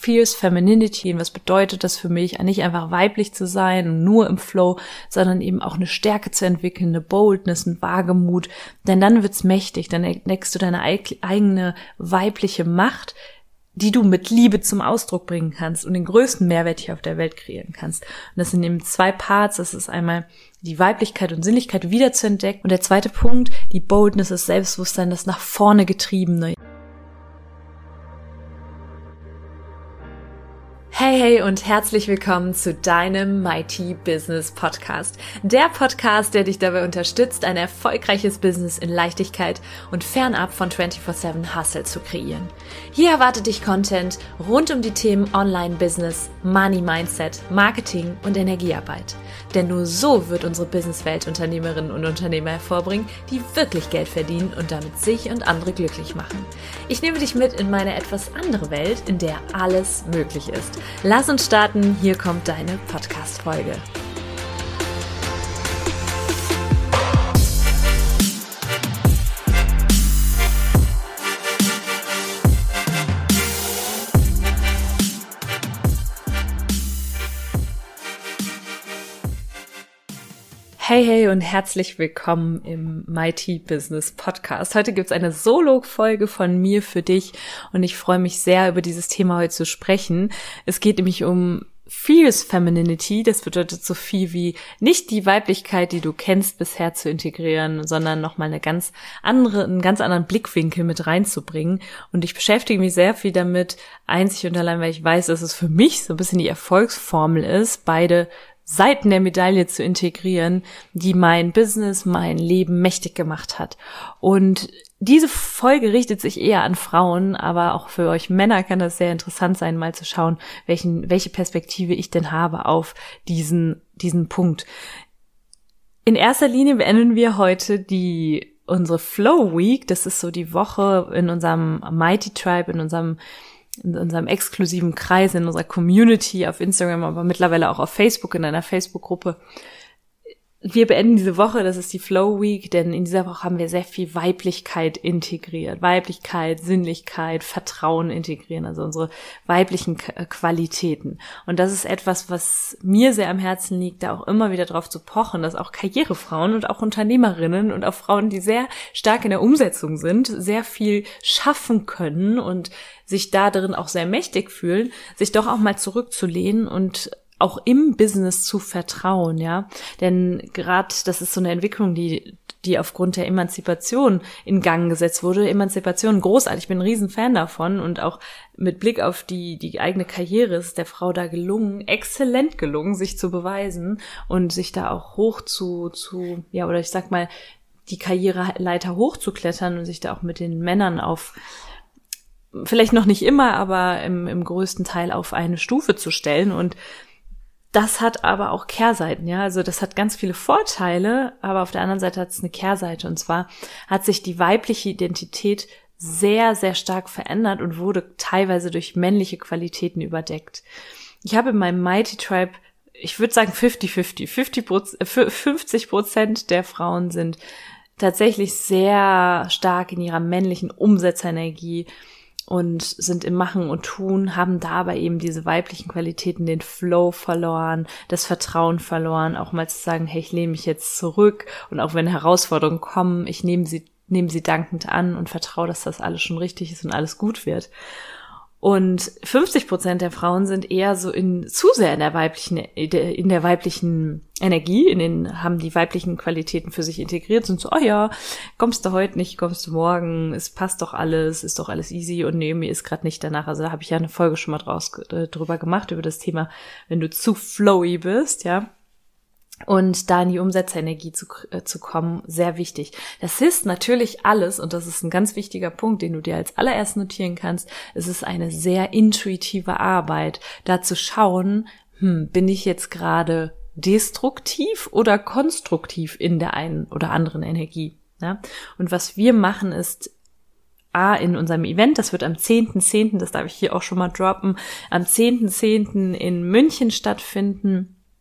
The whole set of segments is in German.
Fierce Femininity. Und was bedeutet das für mich? Nicht einfach weiblich zu sein, nur im Flow, sondern eben auch eine Stärke zu entwickeln, eine Boldness, einen Wagemut. Denn dann wird's mächtig, dann entdeckst du deine eigene weibliche Macht, die du mit Liebe zum Ausdruck bringen kannst und den größten Mehrwert hier auf der Welt kreieren kannst. Und das sind eben 2 Parts. Das ist einmal die Weiblichkeit und Sinnlichkeit wieder zu entdecken. Und der zweite Punkt, die Boldness, das Selbstbewusstsein, das nach vorne getriebene. Hey und herzlich willkommen zu deinem Mighty Business Podcast. Der Podcast, der dich dabei unterstützt, ein erfolgreiches Business in Leichtigkeit und fernab von 24/7 Hustle zu kreieren. Hier erwartet dich Content rund um die Themen Online-Business, Money-Mindset, Marketing und Energiearbeit. Denn nur so wird unsere Businesswelt Unternehmerinnen und Unternehmer hervorbringen, die wirklich Geld verdienen und damit sich und andere glücklich machen. Ich nehme dich mit in meine etwas andere Welt, in der alles möglich ist. Lass uns starten, hier kommt deine Podcast-Folge. Hey und herzlich willkommen im Mighty Business Podcast. Heute gibt's eine Solo-Folge von mir für dich und ich freue mich sehr, über dieses Thema heute zu sprechen. Es geht nämlich um Fierce Femininity. Das bedeutet so viel wie nicht die Weiblichkeit, die du kennst bisher zu integrieren, sondern nochmal einen ganz anderen Blickwinkel mit reinzubringen. Und ich beschäftige mich sehr viel damit, einzig und allein, weil ich weiß, dass es für mich so ein bisschen die Erfolgsformel ist, beide Seiten der Medaille zu integrieren, die mein Business, mein Leben mächtig gemacht hat. Und diese Folge richtet sich eher an Frauen, aber auch für euch Männer kann das sehr interessant sein, mal zu schauen, welche Perspektive ich denn habe auf diesen Punkt. In erster Linie beenden wir heute unsere Flow Week. Das ist so die Woche in unserem Mighty Tribe, in unserem exklusiven Kreis, in unserer Community auf Instagram, aber mittlerweile auch auf Facebook, in einer Facebook-Gruppe. Wir beenden diese Woche, das ist die Flow Week, denn in dieser Woche haben wir sehr viel Weiblichkeit integriert. Weiblichkeit, Sinnlichkeit, Vertrauen integrieren, also unsere weiblichen Qualitäten. Und das ist etwas, was mir sehr am Herzen liegt, da auch immer wieder drauf zu pochen, dass auch Karrierefrauen und auch Unternehmerinnen und auch Frauen, die sehr stark in der Umsetzung sind, sehr viel schaffen können und sich da drin auch sehr mächtig fühlen, sich doch auch mal zurückzulehnen und auch im Business zu vertrauen, ja, denn gerade das ist so eine Entwicklung, die aufgrund der Emanzipation in Gang gesetzt wurde. Emanzipation großartig, ich bin ein Riesenfan davon und auch mit Blick auf die eigene Karriere ist der Frau da exzellent gelungen, sich zu beweisen und sich da auch hoch oder ich sag mal, die Karriereleiter hochzuklettern und sich da auch mit den Männern vielleicht noch nicht immer, aber im größten Teil auf eine Stufe zu stellen. Und das hat aber auch Kehrseiten, ja. Also das hat ganz viele Vorteile, aber auf der anderen Seite hat es eine Kehrseite. Und zwar hat sich die weibliche Identität sehr, sehr stark verändert und wurde teilweise durch männliche Qualitäten überdeckt. Ich habe in meinem Mighty Tribe, ich würde sagen 50-50, 50% der Frauen sind tatsächlich sehr stark in ihrer männlichen Umsetzerenergie und sind im Machen und Tun, haben dabei eben diese weiblichen Qualitäten, den Flow verloren, das Vertrauen verloren, auch mal zu sagen, hey, ich lehne mich jetzt zurück und auch wenn Herausforderungen kommen, ich nehme sie dankend an und vertraue, dass das alles schon richtig ist und alles gut wird. Und 50% der Frauen sind eher so zu sehr in der weiblichen Energie, haben die weiblichen Qualitäten für sich integriert, sind so, oh ja, kommst du heute nicht, kommst du morgen, es passt doch alles, ist doch alles easy und nee, mir ist gerade nicht danach. Also da habe ich ja eine Folge schon mal drüber gemacht, über das Thema, wenn du zu flowy bist, ja. Und da in die Umsetzerenergie zu kommen, sehr wichtig. Das ist natürlich alles, und das ist ein ganz wichtiger Punkt, den du dir als allererst notieren kannst, es ist eine sehr intuitive Arbeit, da zu schauen, bin ich jetzt gerade destruktiv oder konstruktiv in der einen oder anderen Energie. Ja? Und was wir machen ist, in unserem Event, das wird am 10.10., das darf ich hier auch schon mal droppen, am 10.10. in München stattfinden.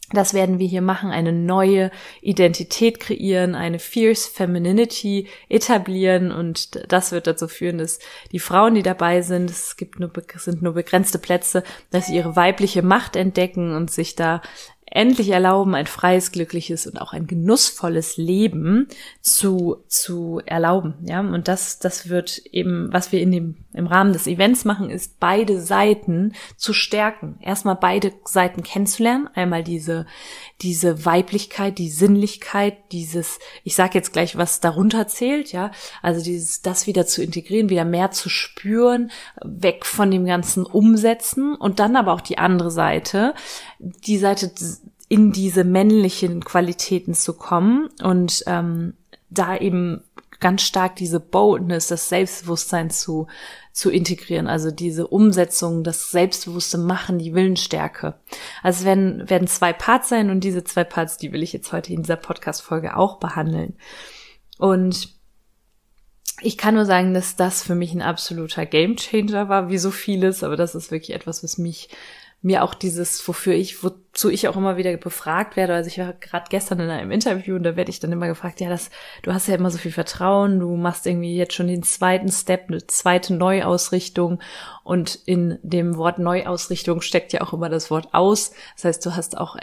Das werden wir hier machen, eine neue Identität kreieren, eine Fierce Femininity etablieren und das wird dazu führen, dass die Frauen, die dabei sind, sind nur begrenzte Plätze, dass sie ihre weibliche Macht entdecken und sich da endlich erlauben, ein freies, glückliches und auch ein genussvolles Leben zu erlauben, ja. Und das wird eben, was wir im Rahmen des Events machen, ist, beide Seiten zu stärken. Erstmal beide Seiten kennenzulernen. Einmal diese Weiblichkeit, die Sinnlichkeit, ich sage jetzt gleich, was darunter zählt, ja. Also das wieder zu integrieren, wieder mehr zu spüren, weg von dem ganzen Umsetzen und dann aber auch die andere Seite, die Seite in diese männlichen Qualitäten zu kommen und da eben ganz stark diese Boldness, das Selbstbewusstsein zu integrieren, also diese Umsetzung, das selbstbewusste Machen, die Willensstärke. Also es werden 2 Parts sein und diese 2 Parts, die will ich jetzt heute in dieser Podcast-Folge auch behandeln. Und ich kann nur sagen, dass das für mich ein absoluter Gamechanger war, wie so vieles, aber das ist wirklich etwas, was mir auch wozu ich auch immer wieder befragt werde. Also ich war gerade gestern in einem Interview und da werde ich dann immer gefragt, ja, du hast ja immer so viel Vertrauen, du machst irgendwie jetzt schon den zweiten Step, eine zweite Neuausrichtung und in dem Wort Neuausrichtung steckt ja auch immer das Wort aus. Das heißt, du hast auch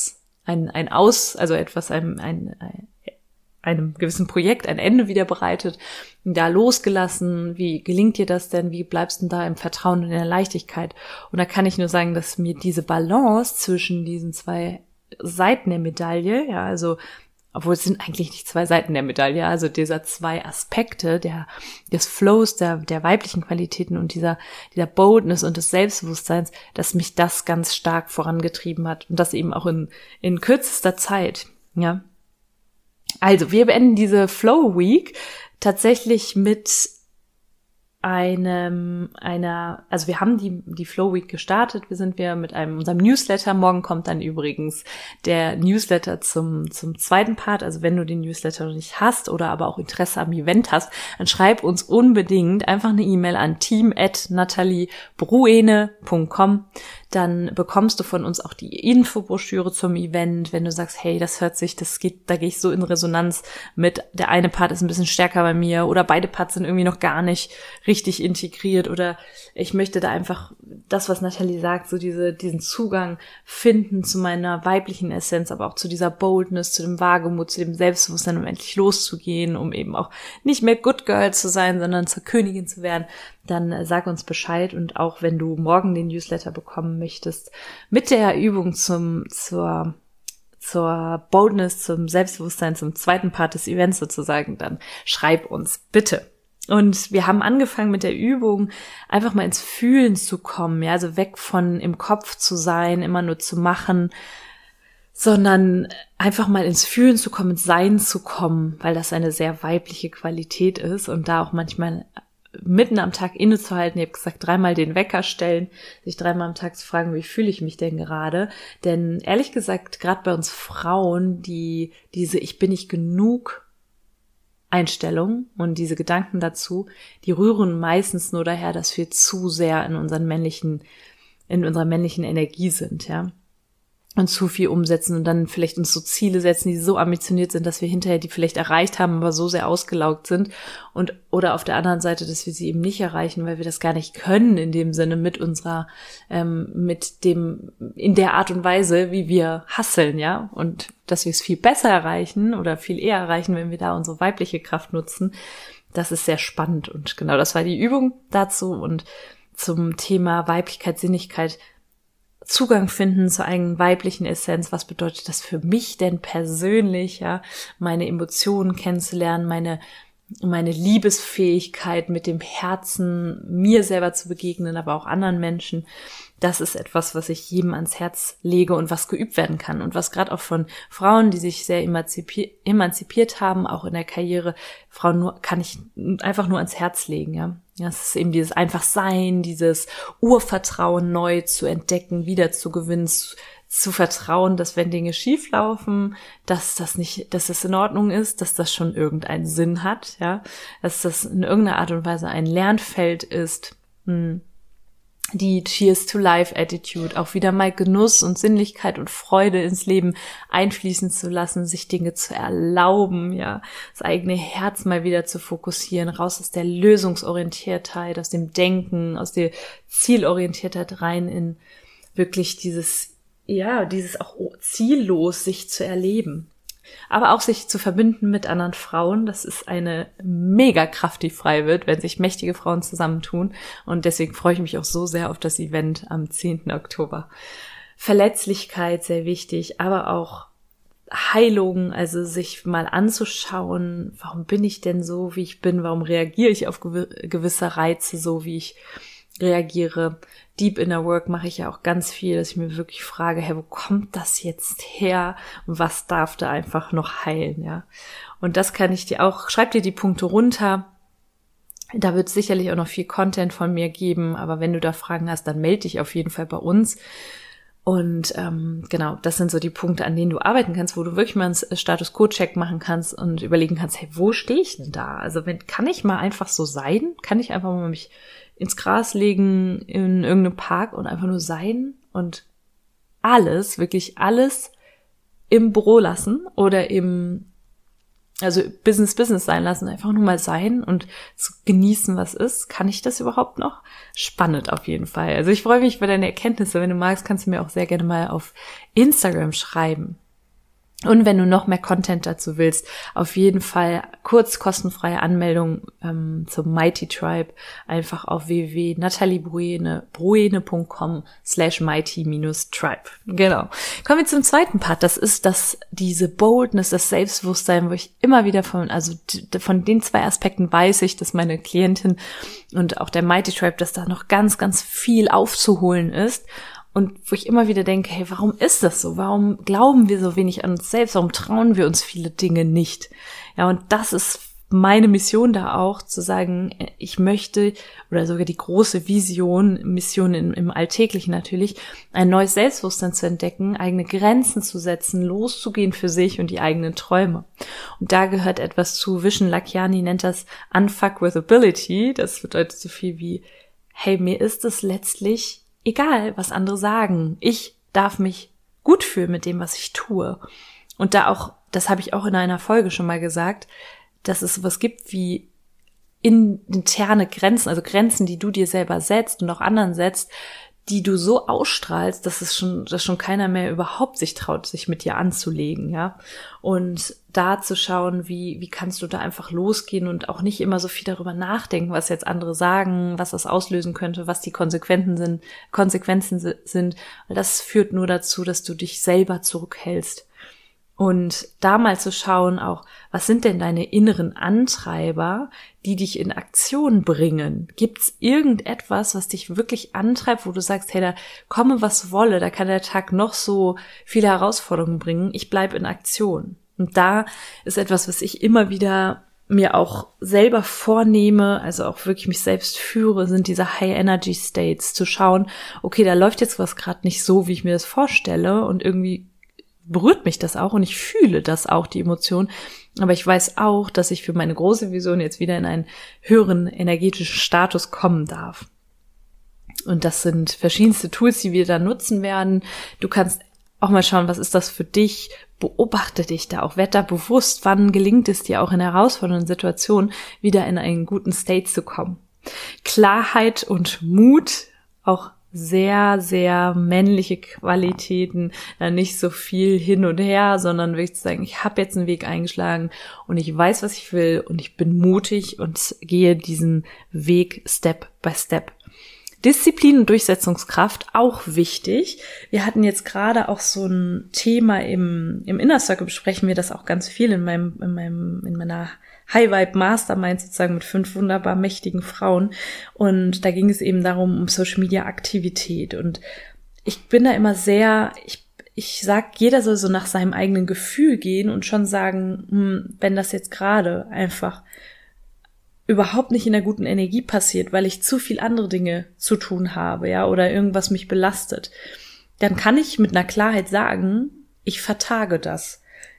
einem gewissen Projekt ein Ende wieder bereitet, da losgelassen. Wie gelingt dir das denn? Wie bleibst du denn da im Vertrauen und in der Leichtigkeit? Und da kann ich nur sagen, dass mir diese Balance zwischen diesen 2 Seiten der Medaille, ja, also, obwohl es sind eigentlich nicht 2 Seiten der Medaille, also dieser 2 Aspekte des Flows, der weiblichen Qualitäten und dieser Boldness und des Selbstbewusstseins, dass mich das ganz stark vorangetrieben hat und das eben auch in kürzester Zeit, ja. Also, wir beenden diese Flow Week tatsächlich mit also wir haben die Flow Week gestartet, mit unserem Newsletter. Morgen kommt dann übrigens der Newsletter zum zweiten Part. Also wenn du den Newsletter noch nicht hast oder aber auch Interesse am Event hast, dann schreib uns unbedingt einfach eine E-Mail an team@nataliebruene.com. Dann bekommst du von uns auch die Infobroschüre zum Event, wenn du sagst, hey, da gehe ich so in Resonanz mit, der eine Part ist ein bisschen stärker bei mir oder beide Parts sind irgendwie noch gar nicht richtig integriert oder ich möchte da einfach das, was Nathalie sagt, so diesen Zugang finden zu meiner weiblichen Essenz, aber auch zu dieser Boldness, zu dem Wagemut, zu dem Selbstbewusstsein, um endlich loszugehen, um eben auch nicht mehr Good Girl zu sein, sondern zur Königin zu werden, dann sag uns Bescheid. Und auch wenn du morgen den Newsletter bekommen möchtest, mit der Übung zur Boldness, zum Selbstbewusstsein, zum zweiten Part des Events sozusagen, dann schreib uns bitte. Und wir haben angefangen mit der Übung, einfach mal ins Fühlen zu kommen, ja, also weg von im Kopf zu sein, immer nur zu machen, sondern einfach mal ins Fühlen zu kommen, ins Sein zu kommen, weil das eine sehr weibliche Qualität ist und da auch manchmal mitten am Tag innezuhalten. Ich habe gesagt, 3-mal den Wecker stellen, sich 3-mal am Tag zu fragen, wie fühle ich mich denn gerade? Denn ehrlich gesagt, gerade bei uns Frauen, diese Ich bin nicht genug Einstellung und diese Gedanken dazu, die rühren meistens nur daher, dass wir zu sehr in unserer männlichen Energie sind, ja. Und zu viel umsetzen und dann vielleicht uns so Ziele setzen, die so ambitioniert sind, dass wir hinterher die vielleicht erreicht haben, aber so sehr ausgelaugt sind oder auf der anderen Seite, dass wir sie eben nicht erreichen, weil wir das gar nicht können in dem Sinne in der Art und Weise, wie wir hustlen, ja, und dass wir es viel besser erreichen oder viel eher erreichen, wenn wir da unsere weibliche Kraft nutzen. Das ist sehr spannend und genau, das war die Übung dazu und zum Thema Weiblichkeit, Sinnlichkeit, Zugang finden zur eigenen weiblichen Essenz. Was bedeutet das für mich denn persönlich, ja, meine Emotionen kennenzulernen, meine Liebesfähigkeit mit dem Herzen, mir selber zu begegnen, aber auch anderen Menschen. Das ist etwas, was ich jedem ans Herz lege und was geübt werden kann und was gerade auch von Frauen, die sich sehr emanzipiert haben, auch in der Karriere, kann ich einfach nur ans Herz legen, ja. Das ist eben dieses Einfachsein, dieses Urvertrauen neu zu entdecken, wieder zu gewinnen, zu vertrauen, dass wenn Dinge schief laufen, dass es in Ordnung ist, dass das schon irgendeinen Sinn hat, ja, dass das in irgendeiner Art und Weise ein Lernfeld ist. die Cheers to Life Attitude, auch wieder mal Genuss und Sinnlichkeit und Freude ins Leben einfließen zu lassen, sich Dinge zu erlauben, ja, das eigene Herz mal wieder zu fokussieren, raus aus der Lösungsorientiertheit, aus dem Denken, aus der Zielorientiertheit rein in wirklich dieses auch ziellos sich zu erleben. Aber auch sich zu verbinden mit anderen Frauen, das ist eine Megakraft, die frei wird, wenn sich mächtige Frauen zusammentun. Und deswegen freue ich mich auch so sehr auf das Event am 10. Oktober. Verletzlichkeit, sehr wichtig, aber auch Heilung, also sich mal anzuschauen, warum bin ich denn so, wie ich bin, warum reagiere ich auf gewisse Reize so, wie ich reagiere. Deep Inner Work mache ich ja auch ganz viel, dass ich mir wirklich frage, wo kommt das jetzt her? Und was darf da einfach noch heilen, ja? Und das kann ich dir auch, schreib dir die Punkte runter. Da wird sicherlich auch noch viel Content von mir geben, aber wenn du da Fragen hast, dann melde dich auf jeden Fall bei uns. Und genau, das sind so die Punkte, an denen du arbeiten kannst, wo du wirklich mal einen Status-Quo-Check machen kannst und überlegen kannst, wo stehe ich denn da? Also kann ich mal einfach so sein? Kann ich einfach mal mich ins Gras legen in irgendeinem Park und einfach nur sein und alles, wirklich alles im Büro lassen oder also Business sein lassen, einfach nur mal sein und zu genießen, was ist. Kann ich das überhaupt noch? Spannend auf jeden Fall. Also ich freue mich über deine Erkenntnisse. Wenn du magst, kannst du mir auch sehr gerne mal auf Instagram schreiben. Und wenn du noch mehr Content dazu willst, auf jeden Fall kurz kostenfreie Anmeldung zum Mighty Tribe einfach auf www.nataliebruene.com/mighty-tribe. Genau. Kommen wir zum zweiten Part. Das ist diese Boldness, das Selbstbewusstsein, wo ich immer wieder von den zwei Aspekten weiß ich, dass meine Klientin und auch der Mighty Tribe, dass da noch ganz, ganz viel aufzuholen ist. Und wo ich immer wieder denke, warum ist das so? Warum glauben wir so wenig an uns selbst? Warum trauen wir uns viele Dinge nicht? Ja, und das ist meine Mission da auch, zu sagen, ich möchte, oder sogar die große Mission im Alltäglichen natürlich, ein neues Selbstbewusstsein zu entdecken, eigene Grenzen zu setzen, loszugehen für sich und die eigenen Träume. Und da gehört etwas zu. Vishen Lakhiani nennt das Unfuck with Ability. Das bedeutet so viel wie, mir ist es letztlich egal, was andere sagen. Ich darf mich gut fühlen mit dem, was ich tue. Und das habe ich auch in einer Folge schon mal gesagt, dass es sowas gibt wie interne Grenzen, also Grenzen, die du dir selber setzt und auch anderen setzt, die du so ausstrahlst, dass schon keiner mehr überhaupt sich traut, sich mit dir anzulegen, ja. Und da zu schauen, wie kannst du da einfach losgehen und auch nicht immer so viel darüber nachdenken, was jetzt andere sagen, was das auslösen könnte, was die Konsequenzen sind, weil das führt nur dazu, dass du dich selber zurückhältst. Und da mal zu schauen auch, was sind denn deine inneren Antreiber, die dich in Aktion bringen? Gibt's irgendetwas, was dich wirklich antreibt, wo du sagst, da komme was wolle, da kann der Tag noch so viele Herausforderungen bringen, ich bleib in Aktion. Und da ist etwas, was ich immer wieder mir auch selber vornehme, also auch wirklich mich selbst führe, sind diese High-Energy-States, zu schauen, okay, da läuft jetzt was gerade nicht so, wie ich mir das vorstelle und irgendwie berührt mich das auch und ich fühle das auch, die Emotion. Aber ich weiß auch, dass ich für meine große Vision jetzt wieder in einen höheren energetischen Status kommen darf. Und das sind verschiedenste Tools, die wir da nutzen werden. Du kannst auch mal schauen, was ist das für dich? Beobachte dich da auch, werd da bewusst, wann gelingt es dir auch in herausfordernden Situationen wieder in einen guten State zu kommen. Klarheit und Mut, auch sehr, sehr männliche Qualitäten, nicht so viel hin und her, sondern wirklich zu sagen, ich habe jetzt einen Weg eingeschlagen und ich weiß, was ich will und ich bin mutig und gehe diesen Weg Step by Step. Disziplin und Durchsetzungskraft, auch wichtig. Wir hatten jetzt gerade auch so ein Thema im Inner Circle, besprechen wir das auch ganz viel in meiner High Vibe Mastermind sozusagen mit 5 wunderbar mächtigen Frauen. Und da ging es eben darum, um Social Media Aktivität. Und ich bin da immer sehr, ich sag, jeder soll so nach seinem eigenen Gefühl gehen und schon sagen, wenn das jetzt gerade einfach überhaupt nicht in der guten Energie passiert, weil ich zu viel andere Dinge zu tun habe, ja, oder irgendwas mich belastet, dann kann ich mit einer Klarheit sagen, ich vertage das.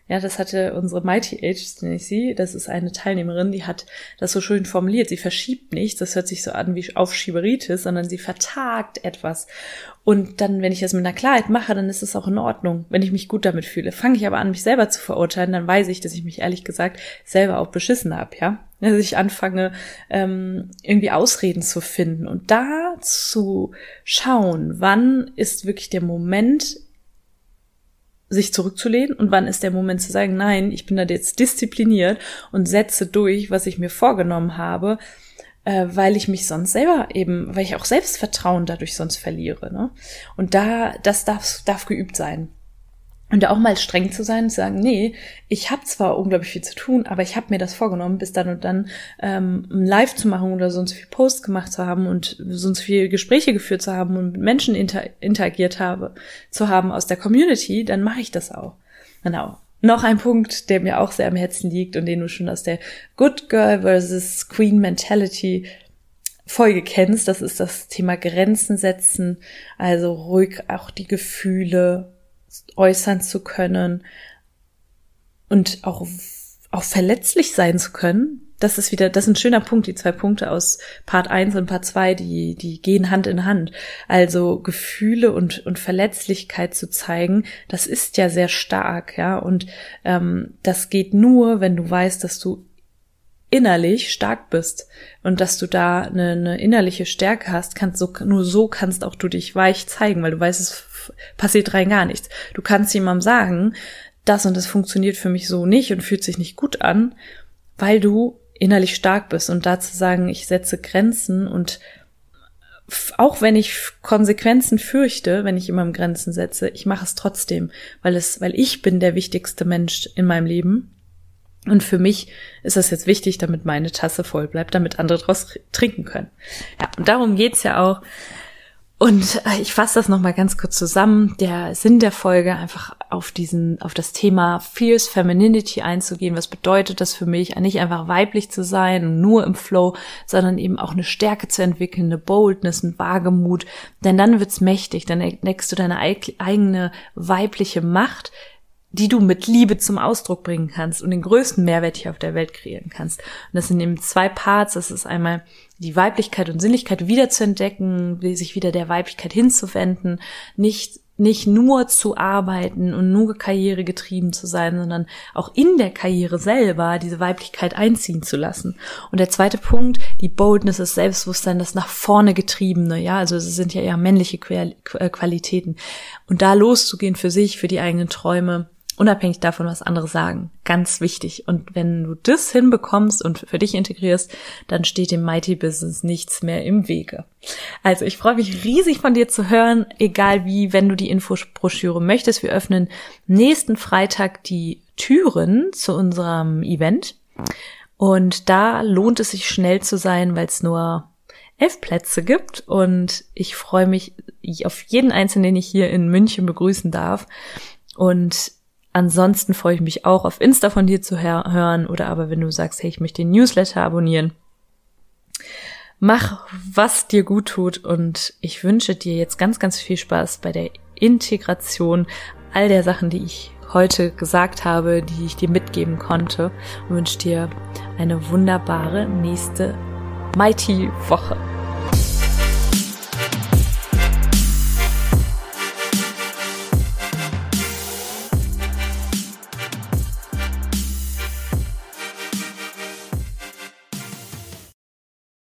Ja, das hatte unsere Mighty Age, nenne ich sie. Das ist eine Teilnehmerin, die hat das so schön formuliert. Sie verschiebt nichts. Das hört sich so an wie Aufschieberitis, sondern sie vertagt etwas. Und dann, wenn ich das mit einer Klarheit mache, dann ist es auch in Ordnung, wenn ich mich gut damit fühle. Fange ich aber an, mich selber zu verurteilen, dann weiß ich, dass ich mich ehrlich gesagt selber auch beschissen habe, ja. Dass ich anfange, irgendwie Ausreden zu finden und da zu schauen, wann ist wirklich der Moment, sich zurückzulehnen und wann ist der Moment zu sagen, nein, ich bin da jetzt diszipliniert und setze durch, was ich mir vorgenommen habe, weil ich mich sonst selber eben, weil ich auch Selbstvertrauen dadurch sonst verliere, ne? Und das darf geübt sein. Und da auch mal streng zu sein und zu sagen, nee, ich habe zwar unglaublich viel zu tun, aber ich habe mir das vorgenommen, bis dann und dann ein Live zu machen oder so und so viel Posts gemacht zu haben und so und so viele Gespräche geführt zu haben und mit Menschen interagiert zu haben aus der Community, dann mache ich das auch. Genau. Noch ein Punkt, der mir auch sehr am Herzen liegt und den du schon aus der Good Girl versus Queen Mentality Folge kennst, das ist das Thema Grenzen setzen, also ruhig auch die Gefühle äußern zu können und auch verletzlich sein zu können. Das ist ein schöner Punkt, die 2 Punkte aus Part 1 und Part 2, die gehen Hand in Hand. Also Gefühle und Verletzlichkeit zu zeigen, das ist ja sehr stark, ja, und das geht nur, wenn du weißt, dass du innerlich stark bist und dass du da eine innerliche Stärke hast, nur so kannst auch du dich weich zeigen, weil du weißt, es passiert rein gar nichts. Du kannst jemandem sagen, das und das funktioniert für mich so nicht und fühlt sich nicht gut an, weil du innerlich stark bist und da zu sagen, ich setze Grenzen und auch wenn ich Konsequenzen fürchte, wenn ich jemandem Grenzen setze, ich mache es trotzdem, weil ich bin der wichtigste Mensch in meinem Leben. Und für mich ist das jetzt wichtig, damit meine Tasse voll bleibt, damit andere draus trinken können. Ja, und darum geht's ja auch. Und ich fasse das nochmal ganz kurz zusammen. Der Sinn der Folge, einfach auf das Thema Fierce Femininity einzugehen. Was bedeutet das für mich? Nicht einfach weiblich zu sein, nur im Flow, sondern eben auch eine Stärke zu entwickeln, eine Boldness, einen Wagemut. Denn dann wird's mächtig, dann entdeckst du deine eigene weibliche Macht, die du mit Liebe zum Ausdruck bringen kannst und den größten Mehrwert hier auf der Welt kreieren kannst. Und das sind eben 2 Parts. Das ist einmal die Weiblichkeit und Sinnlichkeit wieder zu entdecken, sich wieder der Weiblichkeit hinzuwenden, nicht nur zu arbeiten und nur karrieregetrieben zu sein, sondern auch in der Karriere selber diese Weiblichkeit einziehen zu lassen. Und der 2. Punkt, die Boldness, das Selbstbewusstsein, das nach vorne getriebene, ja, also es sind ja eher männliche Qualitäten. Und da loszugehen für sich, für die eigenen Träume, unabhängig davon, was andere sagen. Ganz wichtig. Und wenn du das hinbekommst und für dich integrierst, dann steht dem Mighty Business nichts mehr im Wege. Also ich freue mich riesig von dir zu hören, egal wie, wenn du die Infobroschüre möchtest. Wir öffnen nächsten Freitag die Türen zu unserem Event. Und da lohnt es sich schnell zu sein, weil es nur 11 Plätze gibt. Und ich freue mich auf jeden Einzelnen, den ich hier in München begrüßen darf. Und ansonsten freue ich mich auch, auf Insta von dir zu hören oder aber wenn du sagst, hey, ich möchte den Newsletter abonnieren. Mach, was dir gut tut und ich wünsche dir jetzt ganz, ganz viel Spaß bei der Integration all der Sachen, die ich heute gesagt habe, die ich dir mitgeben konnte und wünsche dir eine wunderbare nächste Mighty Woche.